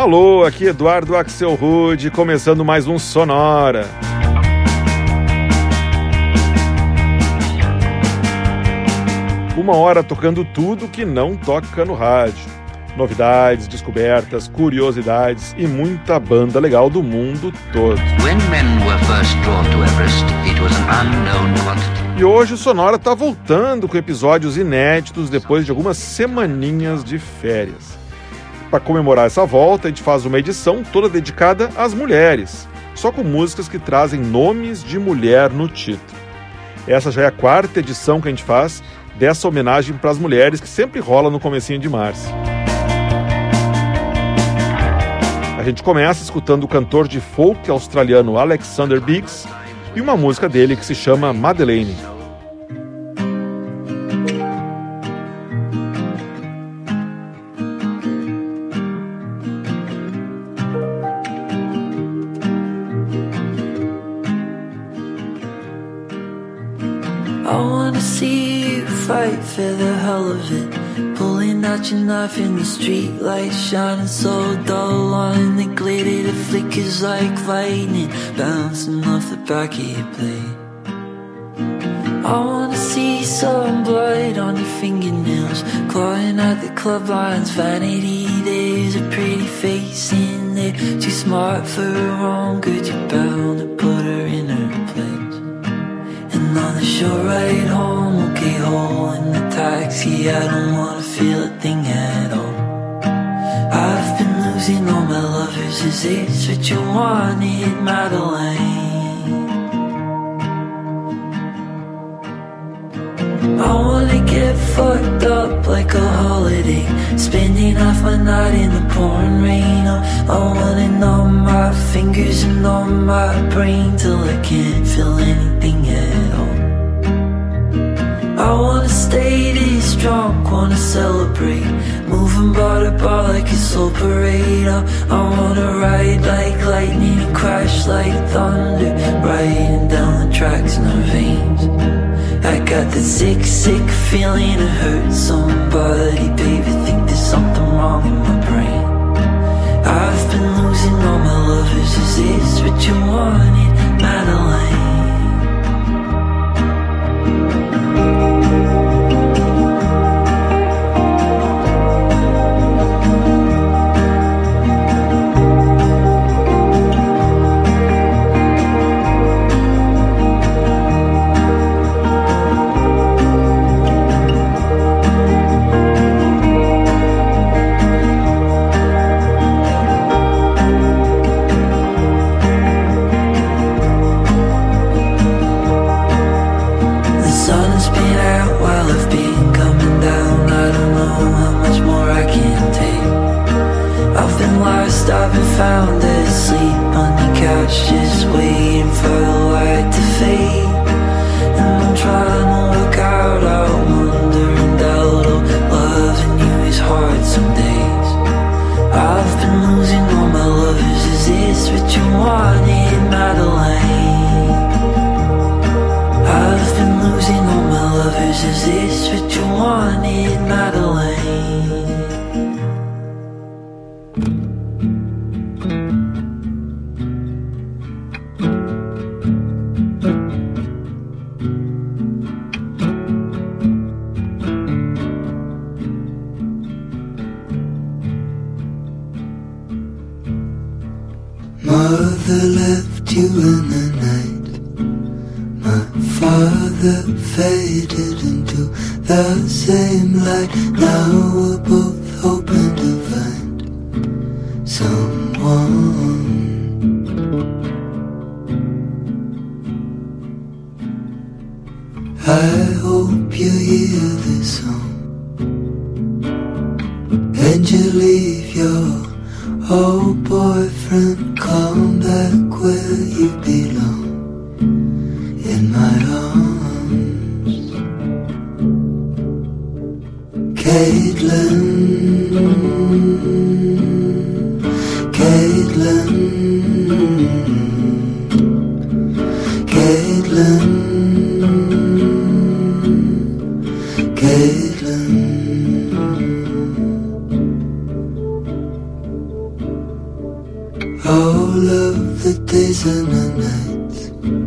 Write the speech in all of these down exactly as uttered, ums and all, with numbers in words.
Alô, aqui Eduardo Axel Rude, começando mais um Sonora. Uma hora tocando tudo que não toca no rádio. Novidades, descobertas, curiosidades e muita banda legal do mundo todo. E hoje o Sonora tá voltando com episódios inéditos depois de algumas semaninhas de férias. Para comemorar essa volta, a gente faz uma edição toda dedicada às mulheres, só com músicas que trazem nomes de mulher no título. Essa já é a quarta edição que a gente faz dessa homenagem para as mulheres que sempre rola no comecinho de março. A gente começa escutando o cantor de folk australiano Alexander Biggs e uma música dele que se chama Madeleine. I wanna see you fight for the hell of it, pulling out your knife in the street light, shining so dull on the glitter, the flickers like lightning, bouncing off the back of your blade. I wanna see some blood on your fingernails, clawing at the club lines, vanity, there's a pretty face in there, too smart for her own good, you're bound to put her in her place. And on the short ride home, okay, hole in the taxi, I don't wanna feel a thing at all. I've been losing all my lovers, is this what you wanted, Madeleine? I wanna get fucked up like a holiday, spending half my night in the pouring rain. Oh, I wanna numb my fingers and numb my brain till I can't feel anything at all. I wanna stay this drunk, wanna celebrate, moving bar to bar like a soul parade. I, I wanna ride like lightning and crash like thunder, riding down the tracks in our veins. I got the sick, sick feeling to hurt somebody, baby, think there's something wrong in my brain. I've been losing all my lovers, is this what you wanted, Madeleine? I've been found asleep on the couch, just waiting for the light to fade. And I'm trying to work out, I wonder and doubt, oh, loving you is hard some days. I've been losing all my lovers, is this what you wanted, Madeleine? I've been losing all my lovers, is this what you wanted, Madeleine? Mother left you in the night. My father faded into the same light. Now we're both hoping to find someone. I hope you hear this song and you leave your old boyfriend, come back where you belong, in my arms. Caitlin, Caitlin, Caitlin, Caitlin. days and the nights.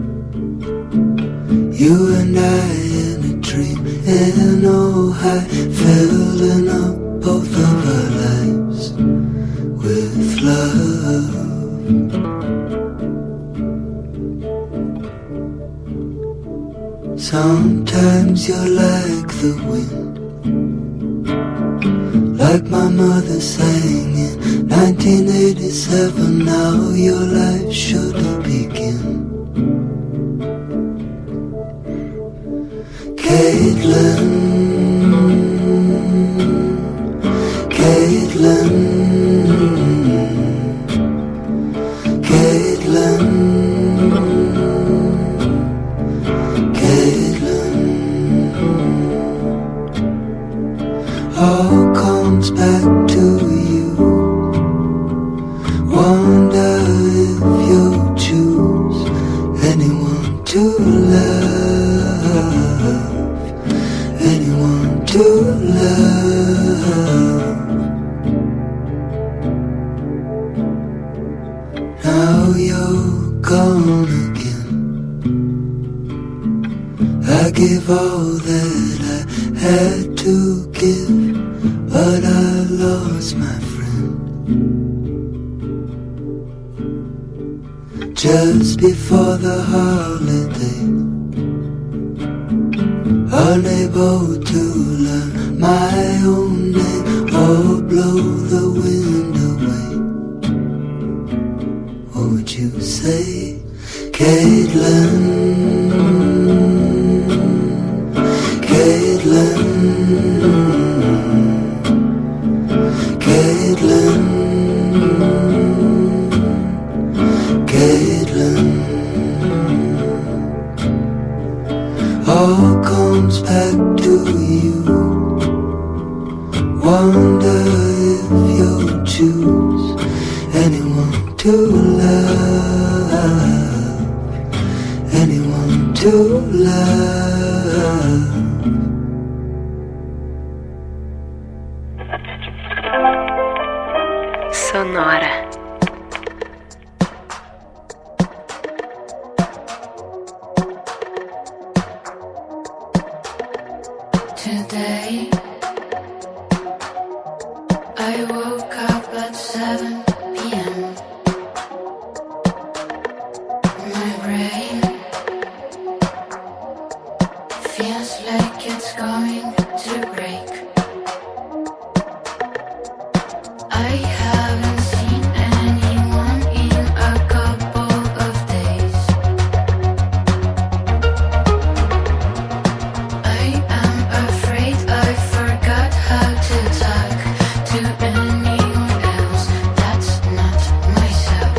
You and I in a dream, in oh high, filling up both of our lives with love. Sometimes you're like the wind, like my mother sang in nineteen eighty-seven. Now your life should begin. Caitlin, Caitlin, Caitlin, Caitlin. All comes back to you. Wonder if you choose anyone to love, anyone to love. Now you're gone again. I give all that I had to give, but I lost my friend just before the holiday. Unable to learn my own name or blow the wind away. What would you say, Caitlin? Caitlin, Caitlin, Caitlin. All comes back to you. Wonder if you'll choose anyone to love, anyone to love. Sonora. Today, I woke up at seven p.m. My brain feels like it's going to break. I haven't seen anyone in a couple of days. I am afraid I forgot how to talk to anyone else that's not myself.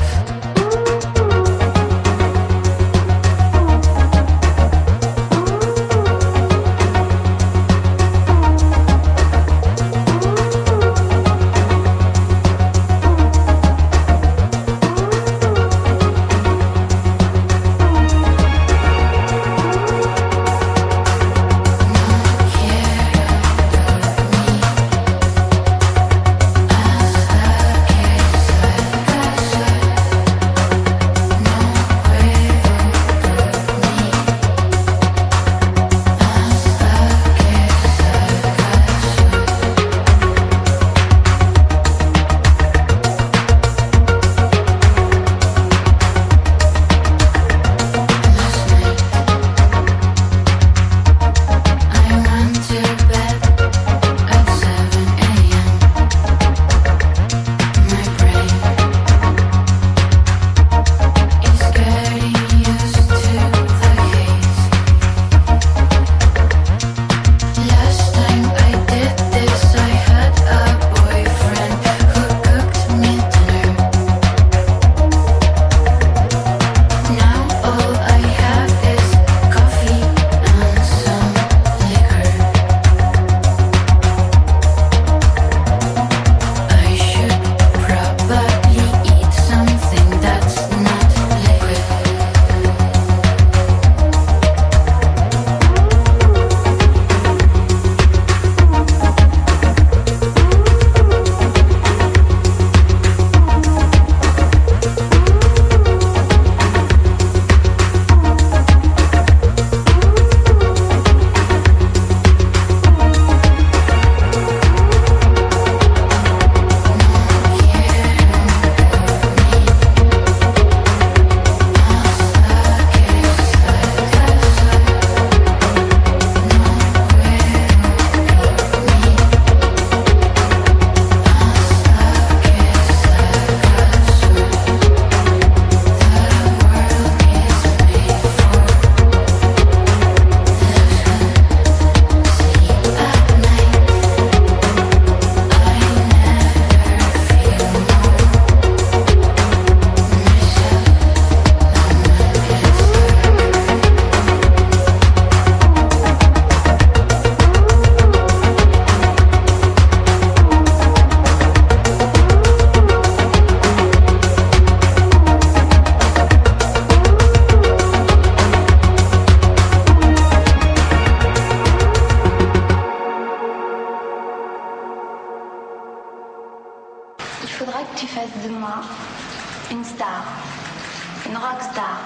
de moi une star, une rock star.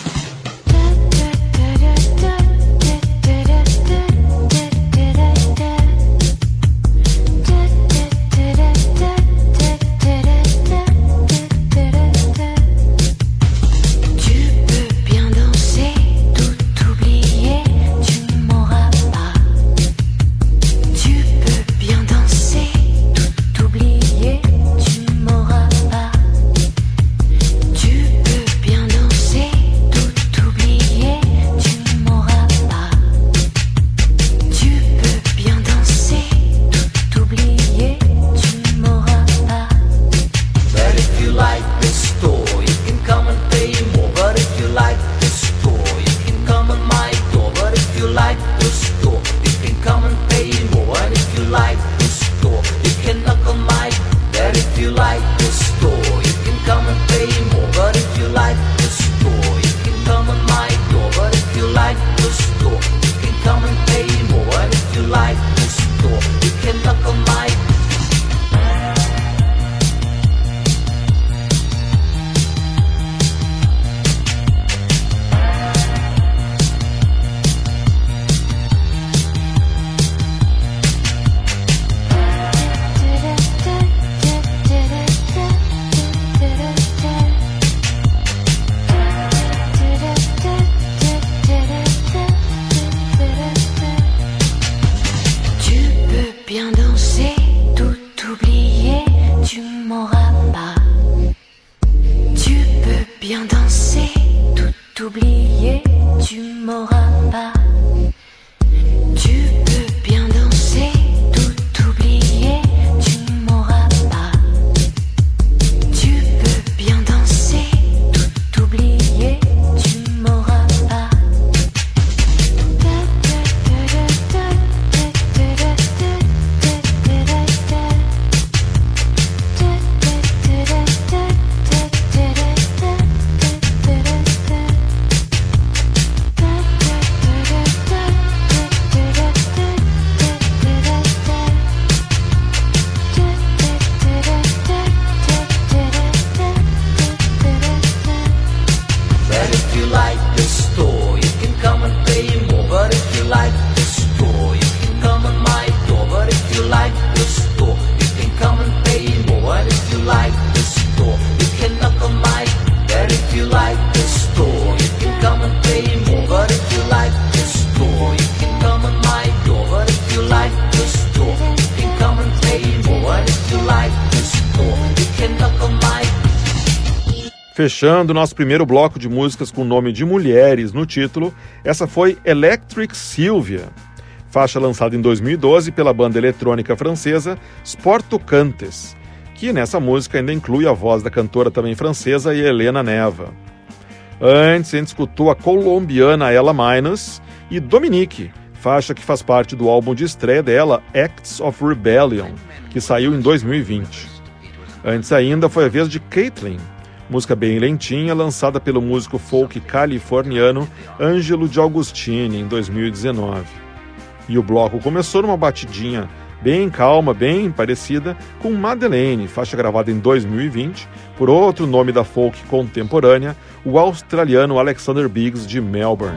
Fechando nosso primeiro bloco de músicas com nome de mulheres no título, essa foi Electric Sylvia, faixa lançada em dois mil e doze pela banda eletrônica francesa Sportocantes, que nessa música ainda inclui a voz da cantora também francesa Helena Neva. Antes, a gente escutou a colombiana Ella Minus e Dominique, faixa que faz parte do álbum de estreia dela, Acts of Rebellion, que saiu em dois mil e vinte. Antes ainda foi a vez de Caitlyn, música bem lentinha, lançada pelo músico folk californiano Ângelo de Agostini em dois mil e dezenove. E o bloco começou numa batidinha bem calma, bem parecida com Madeleine, faixa gravada em dois mil e vinte por outro nome da folk contemporânea, o australiano Alexander Biggs de Melbourne.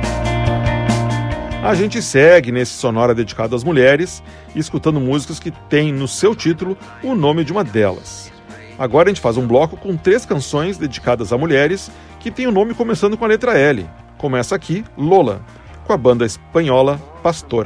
A gente segue nesse sonora dedicado às mulheres, escutando músicas que têm no seu título o nome de uma delas. Agora a gente faz um bloco com três canções dedicadas a mulheres que tem o nome começando com a letra L. Começa aqui Lola, com a banda espanhola Pastora.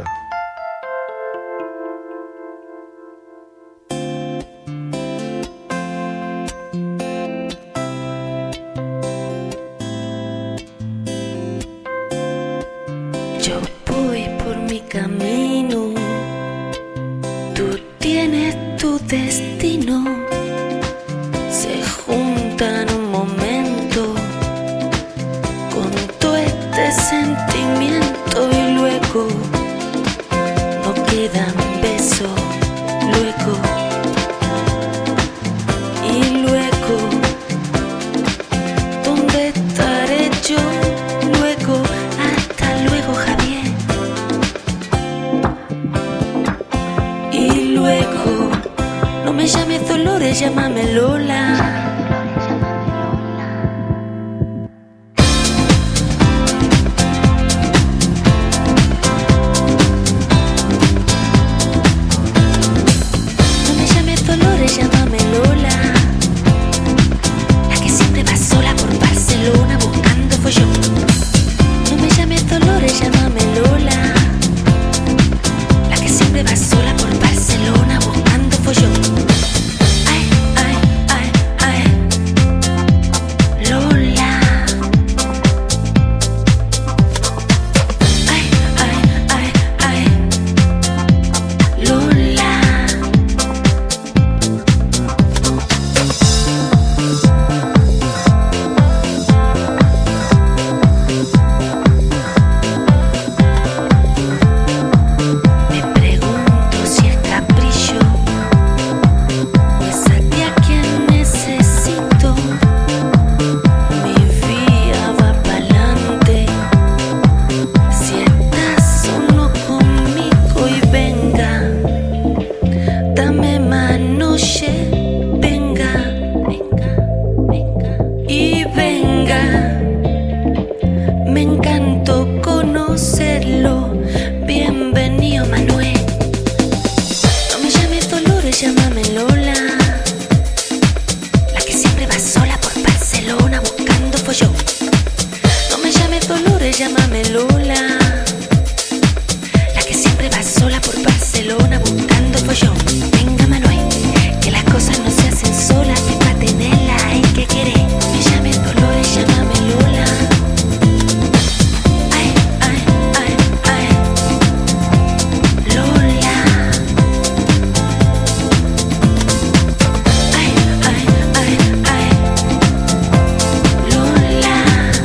Yo voy por mi camino, tú tienes tu destino. Se juntan un momento con todo este sentimiento y luego no quedan besos, luego y luego ¿dónde estaré yo? Luego, hasta luego Javier. Y luego no me llames Dolores, llámame Lola. llámame Lola. La que siempre va sola por Barcelona buscando follón. Venga Manuel, que las cosas no se hacen solas, que para tenerla hay que querer. Me llame Dolores, llámame Lola. Ay, ay, ay, ay, Lola. Ay, ay, ay, ay, Lola.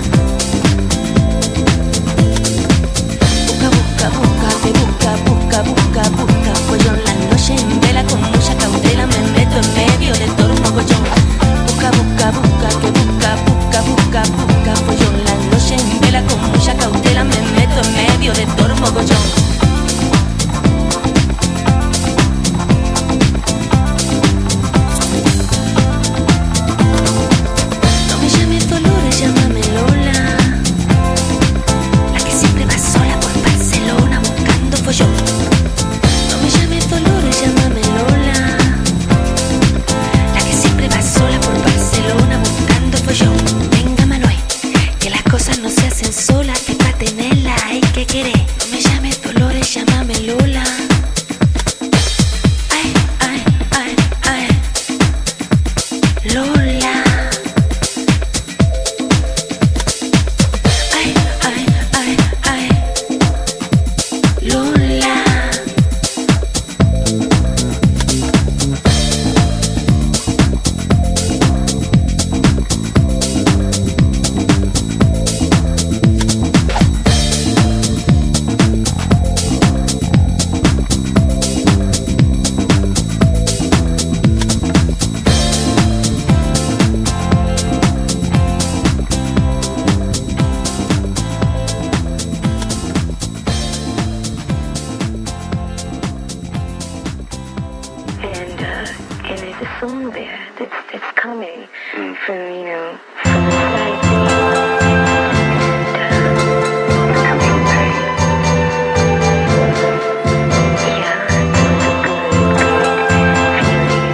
Busca, busca, busca, que busca, busca, busca, busca follón la noche en vela con mucha cautela me meto en medio de todo un mogollón. Busca, busca, busca, que busca, busca, busca, busca follón la noche en vela con mucha cautela me meto en medio de todo un mogollón. No me llames Dolores, llámame Lola. La que siempre va sola por Barcelona buscando follón. No me llames Dolores, llámame Lola. La que siempre va sola por Barcelona buscando follón. Venga Manuel, que las cosas no se hacen solas, que para tenerla hay que querer. No me llames Dolores, llámame Lola. Ay, ay, ay, ay, Lola. Ay, ay, ay, ay, Lola. And, uh, and there's a song there that's, that's coming from, you know, from inside me. And, uh, it's coming right. Yeah, it's a good, good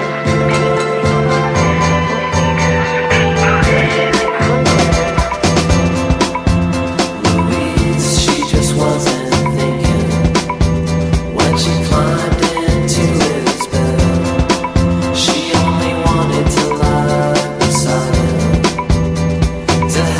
feeling. Louise, she just wasn't thinking when she climbed into his bed. She only wanted to lie beside him, to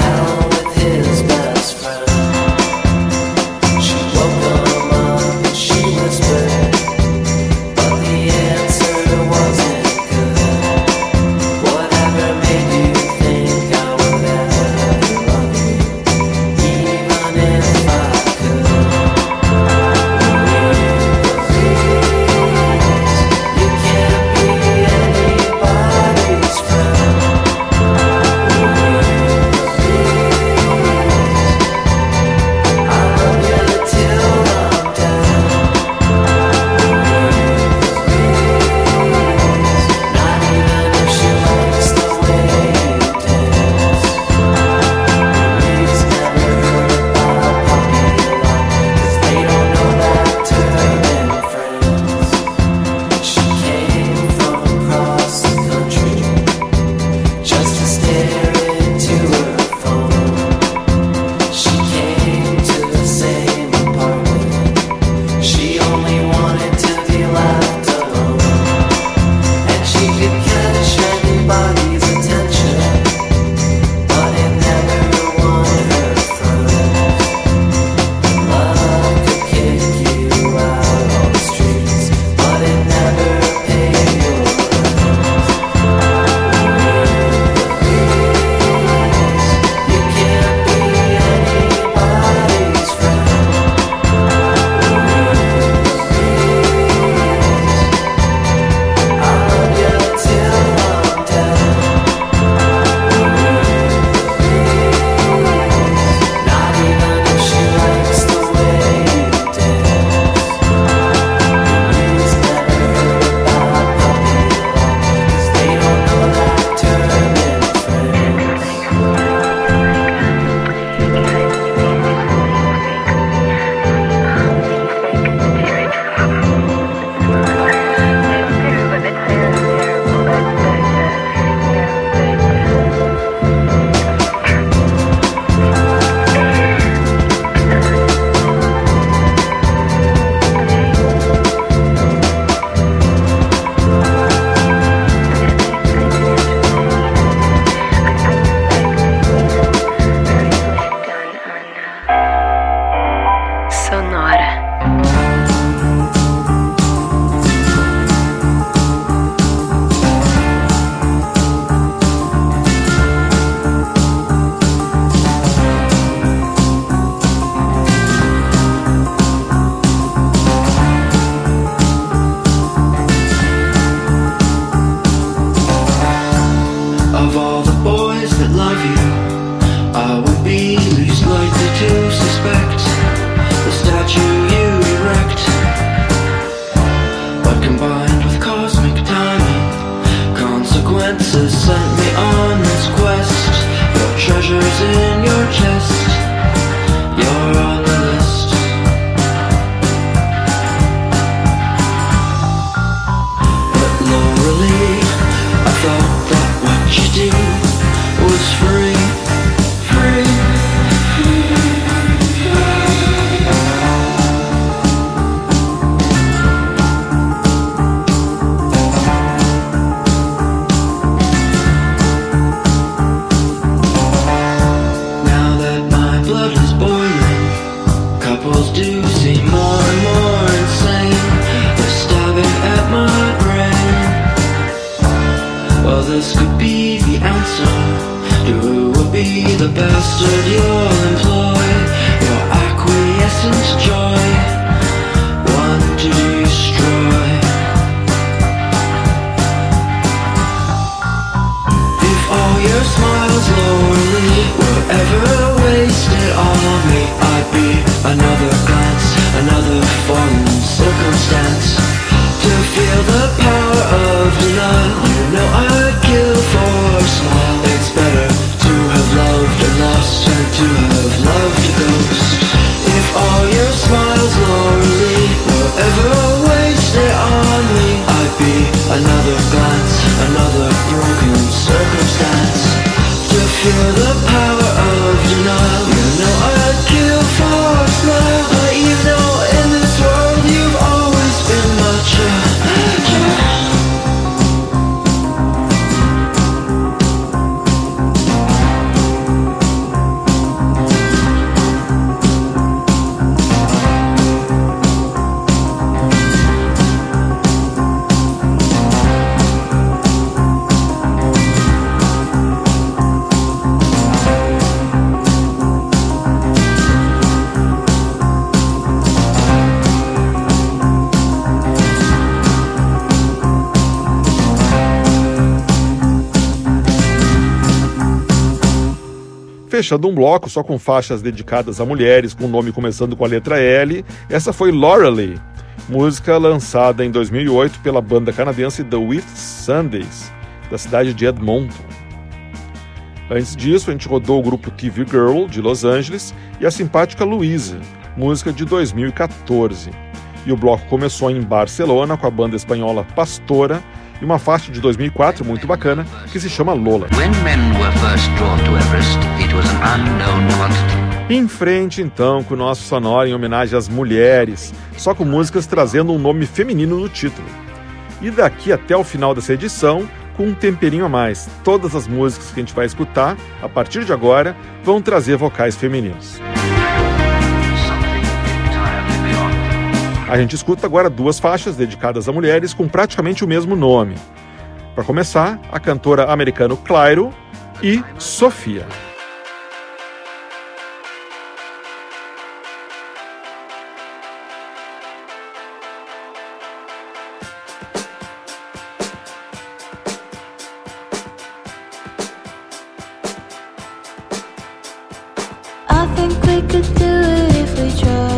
understood your employ, your acquiescent joy, one to destroy. If all your smiles lowly were ever wasted on me, I'd be another glance, another fallen circumstance. To feel the power of denial, you know I'd kill for a smile. It's better to have loved a lost than to have loved a ghost. If all your smiles lowly were ever wasted on me, I'd be another glance, another broken circumstance. To feel the power of denial, you know I'd kill for a smile. But you know in this world you've always been my treasure. Fechando um bloco só com faixas dedicadas a mulheres, com o nome começando com a letra L, essa foi Lorelei, música lançada em dois mil e oito pela banda canadense The Whitsundays, da cidade de Edmonton. Antes disso, a gente rodou o grupo T V Girl, de Los Angeles, e a simpática Luísa, música de dois mil e quatorze. E o bloco começou em Barcelona com a banda espanhola Pastora, e uma faixa de dois mil e quatro muito bacana que se chama Lola. Em frente então com o nosso sonoro em homenagem às mulheres, só com músicas trazendo um nome feminino no título. E daqui até o final dessa edição, com um temperinho a mais, todas as músicas que a gente vai escutar a partir de agora vão trazer vocais femininos. A gente escuta agora duas faixas dedicadas a mulheres com praticamente o mesmo nome. Para começar, a cantora americana Clairo e Sofia. I think we could do it if we tried.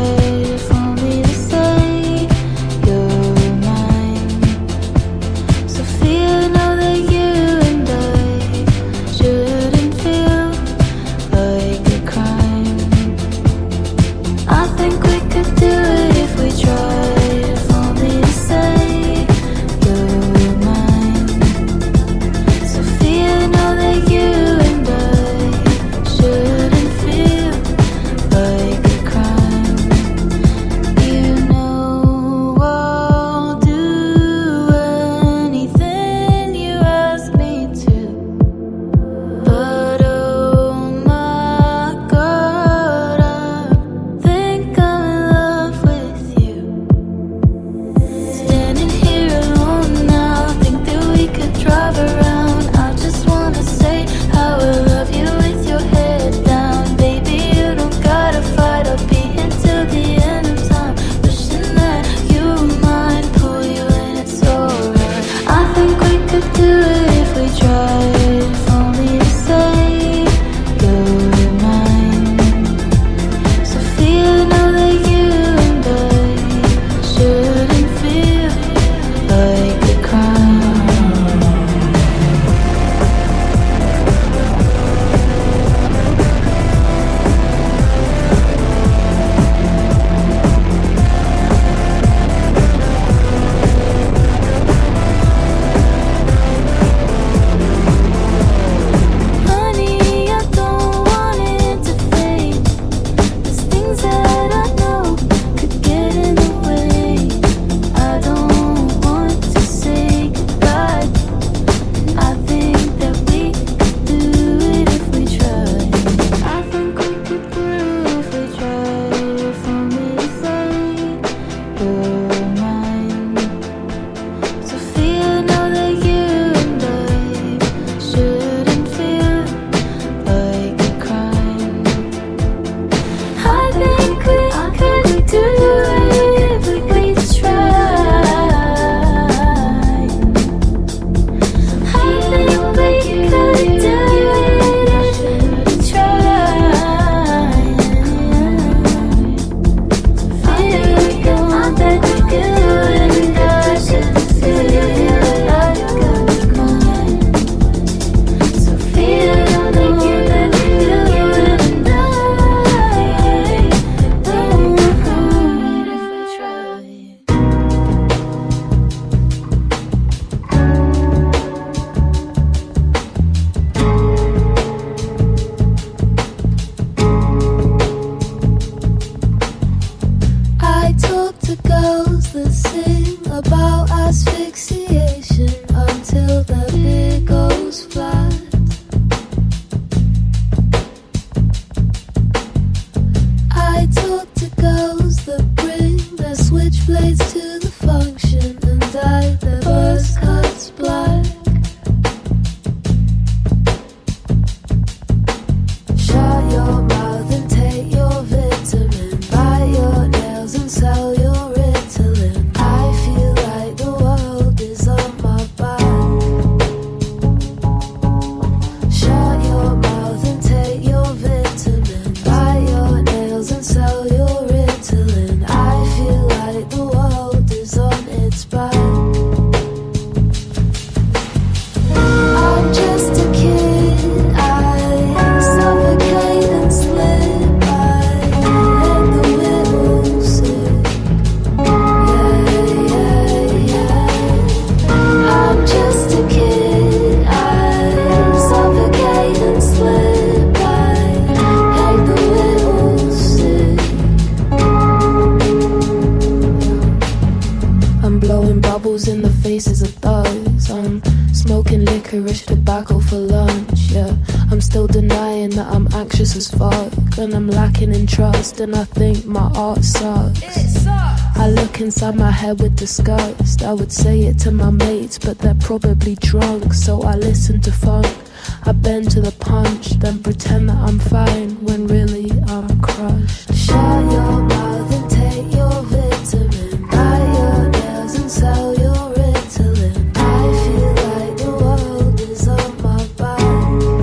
I'm blowing bubbles in the faces of thugs. I'm smoking licorice tobacco for lunch, yeah. I'm still denying that I'm anxious as fuck, and I'm lacking in trust, and I think my art sucks. It sucks. I look inside my head with disgust. I would say it to my mates, but they're probably drunk, so I listen to funk. I bend to the punch, then pretend that I'm fine, when really I'm crushed. Shut your mouth and take your vitamin. Bite your nails and sell your Ritalin. I feel like the world is on my back.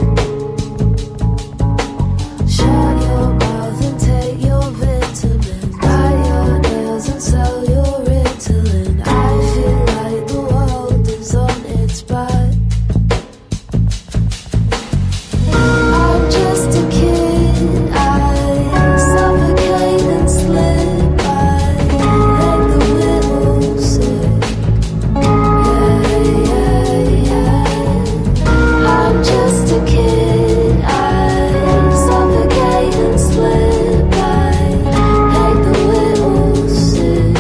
Shut your mouth and take your vitamin. Bite your nails and sell your Ritalin. I feel like the world is on its back. I'm just a kid, I suffocate and slip by, like the widow sick. Yeah, yeah, yeah. I'm just a kid, I suffocate and slip by, like the widow sick.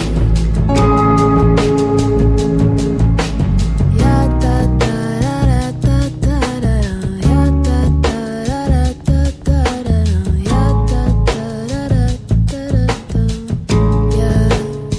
Yeah, da da da da da da, yeah, da da da da da da, yeah, da da da da da da, yeah.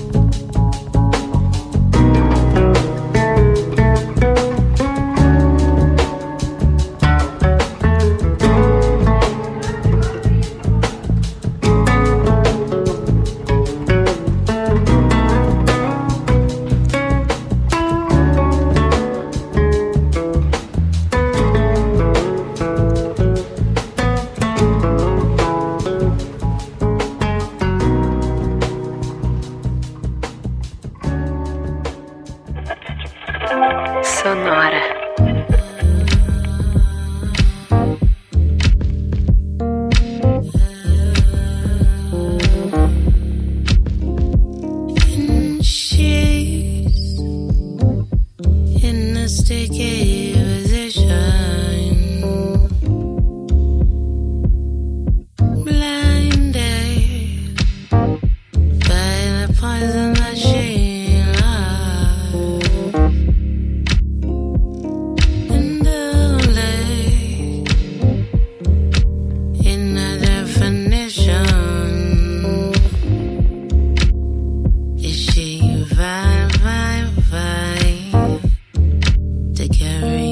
Sonora. She's in a sticky position, blinded by the poison that she loves, and only in a definition is she fine, fine, fine to carry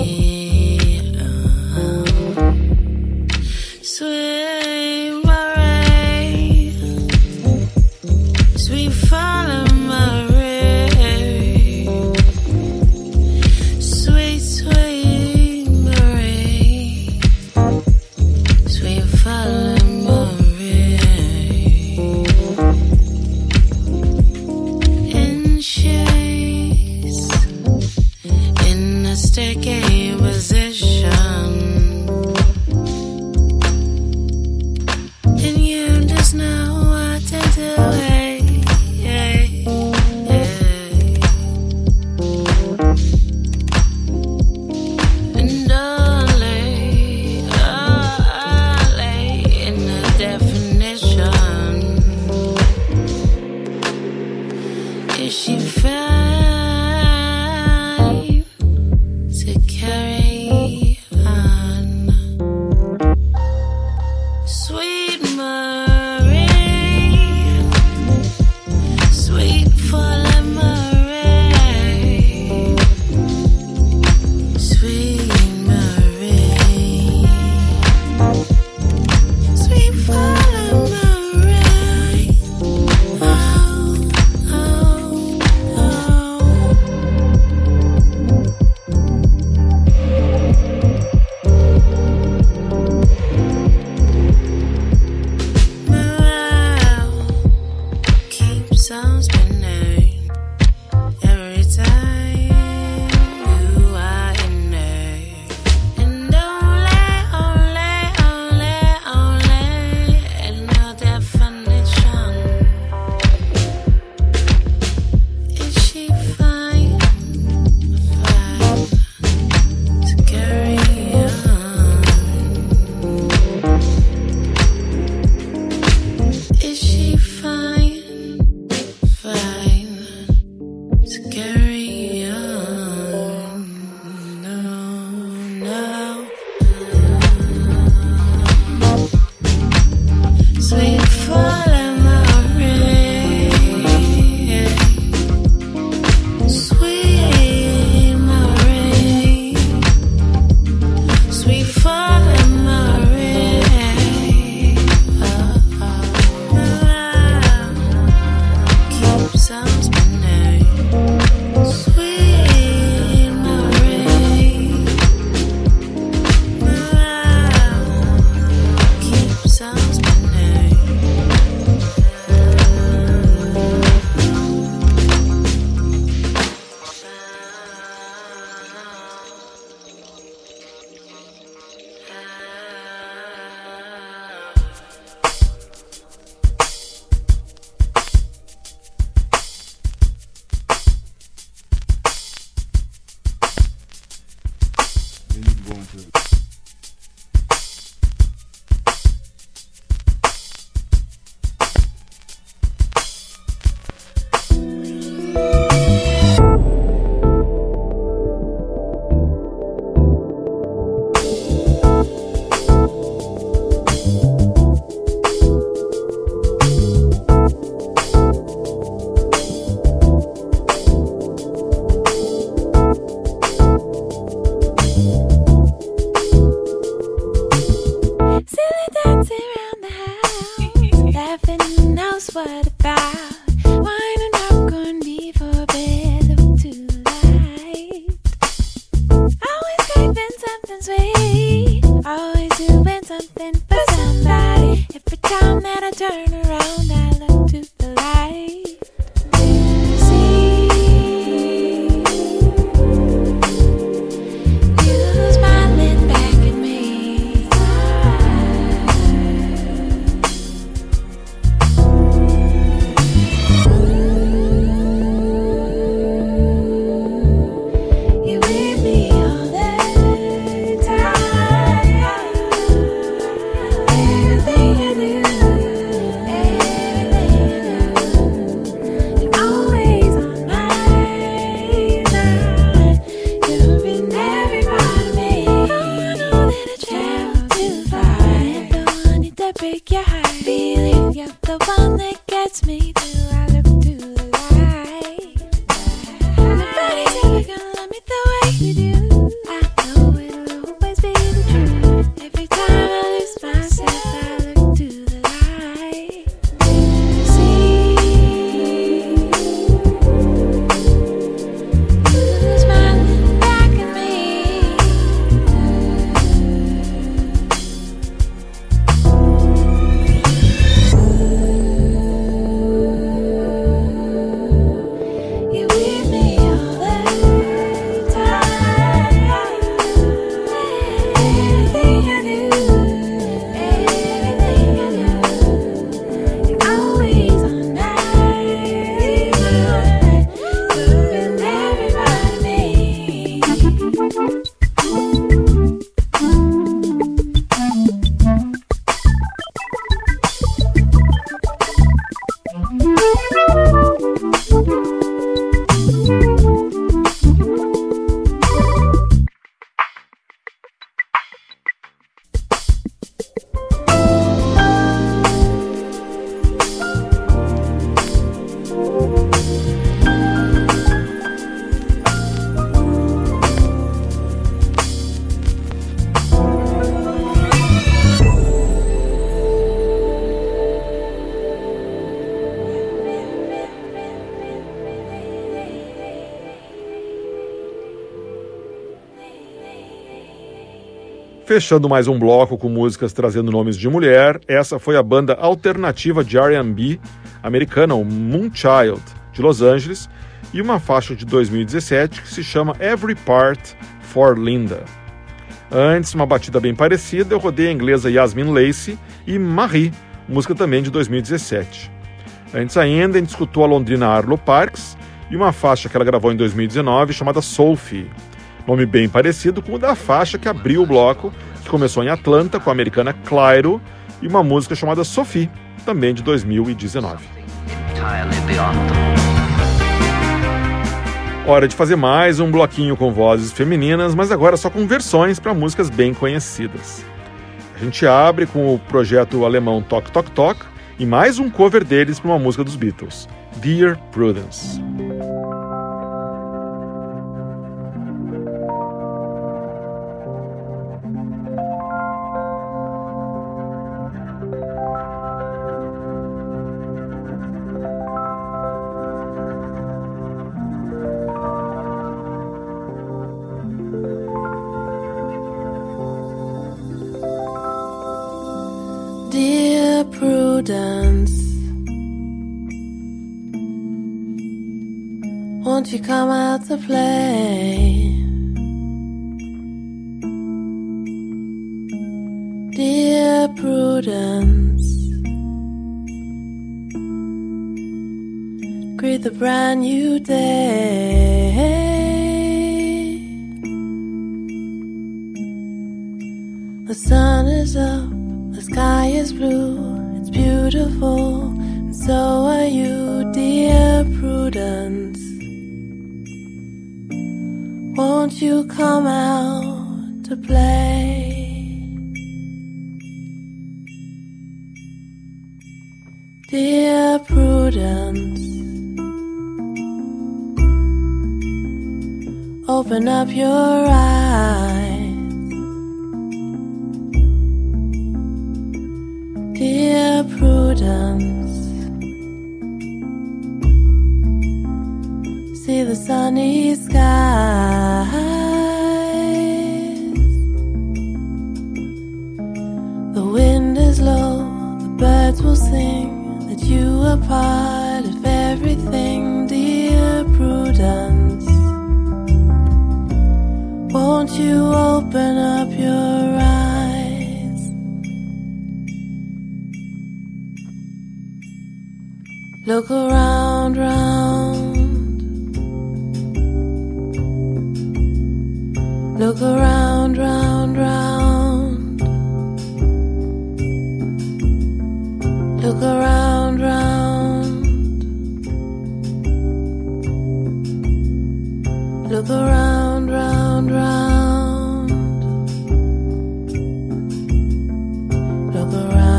on. Sweet Marie, sweet fallen Marie, sweet, sweet Marie, sweet fallen Marie. And she's in a sticky position, and you just know what to do. Hey, hey, hey. And only, only in a definition is she fine to carry on. Sweet Marie, sweet fallen Marie, sweet Marie, sweet fallen Marie. Oh, oh, oh. Fechando mais um bloco com músicas trazendo nomes de mulher, essa foi a banda alternativa de R and B americana, o Moonchild, de Los Angeles, e uma faixa de dois mil e dezessete que se chama Every Part for Linda. Antes, uma batida bem parecida, eu rodei a inglesa Yasmin Lacey e Marie, música também de dois mil e dezessete. Antes ainda, a gente escutou a londrina Arlo Parks e uma faixa que ela gravou em dois mil e dezenove chamada Sophie. Nome bem parecido com o da faixa que abriu o bloco, que começou em Atlanta com a americana Clyro, e uma música chamada Sophie, também de dois mil e dezenove. Hora de fazer mais um bloquinho com vozes femininas, mas agora só com versões para músicas bem conhecidas. A gente abre com o projeto alemão Tok Tok Tok e mais um cover deles para uma música dos Beatles, Dear Prudence. Dear Prudence, won't you come out to play? Dear Prudence, greet the brand new day. The sun is up, the sky is blue, it's beautiful, and so are you, dear Prudence. Won't you come out to play? Dear Prudence, open up your eyes. Dear Prudence, see the sunny skies. The wind is low, the birds will sing that you are part of everything, dear Prudence. Won't you open up your eyes? Look around, round. Look around, round, round. Look around, round. Look around, round, round. Look around.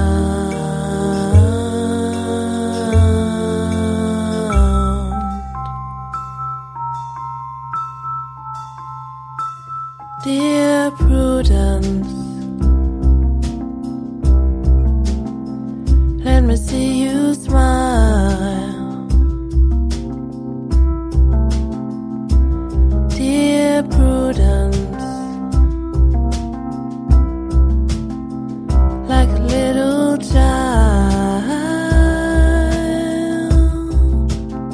Dear Prudence, let me see you smile. Dear Prudence, like a little child.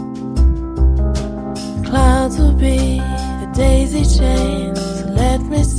Clouds will be a daisy chain. Let me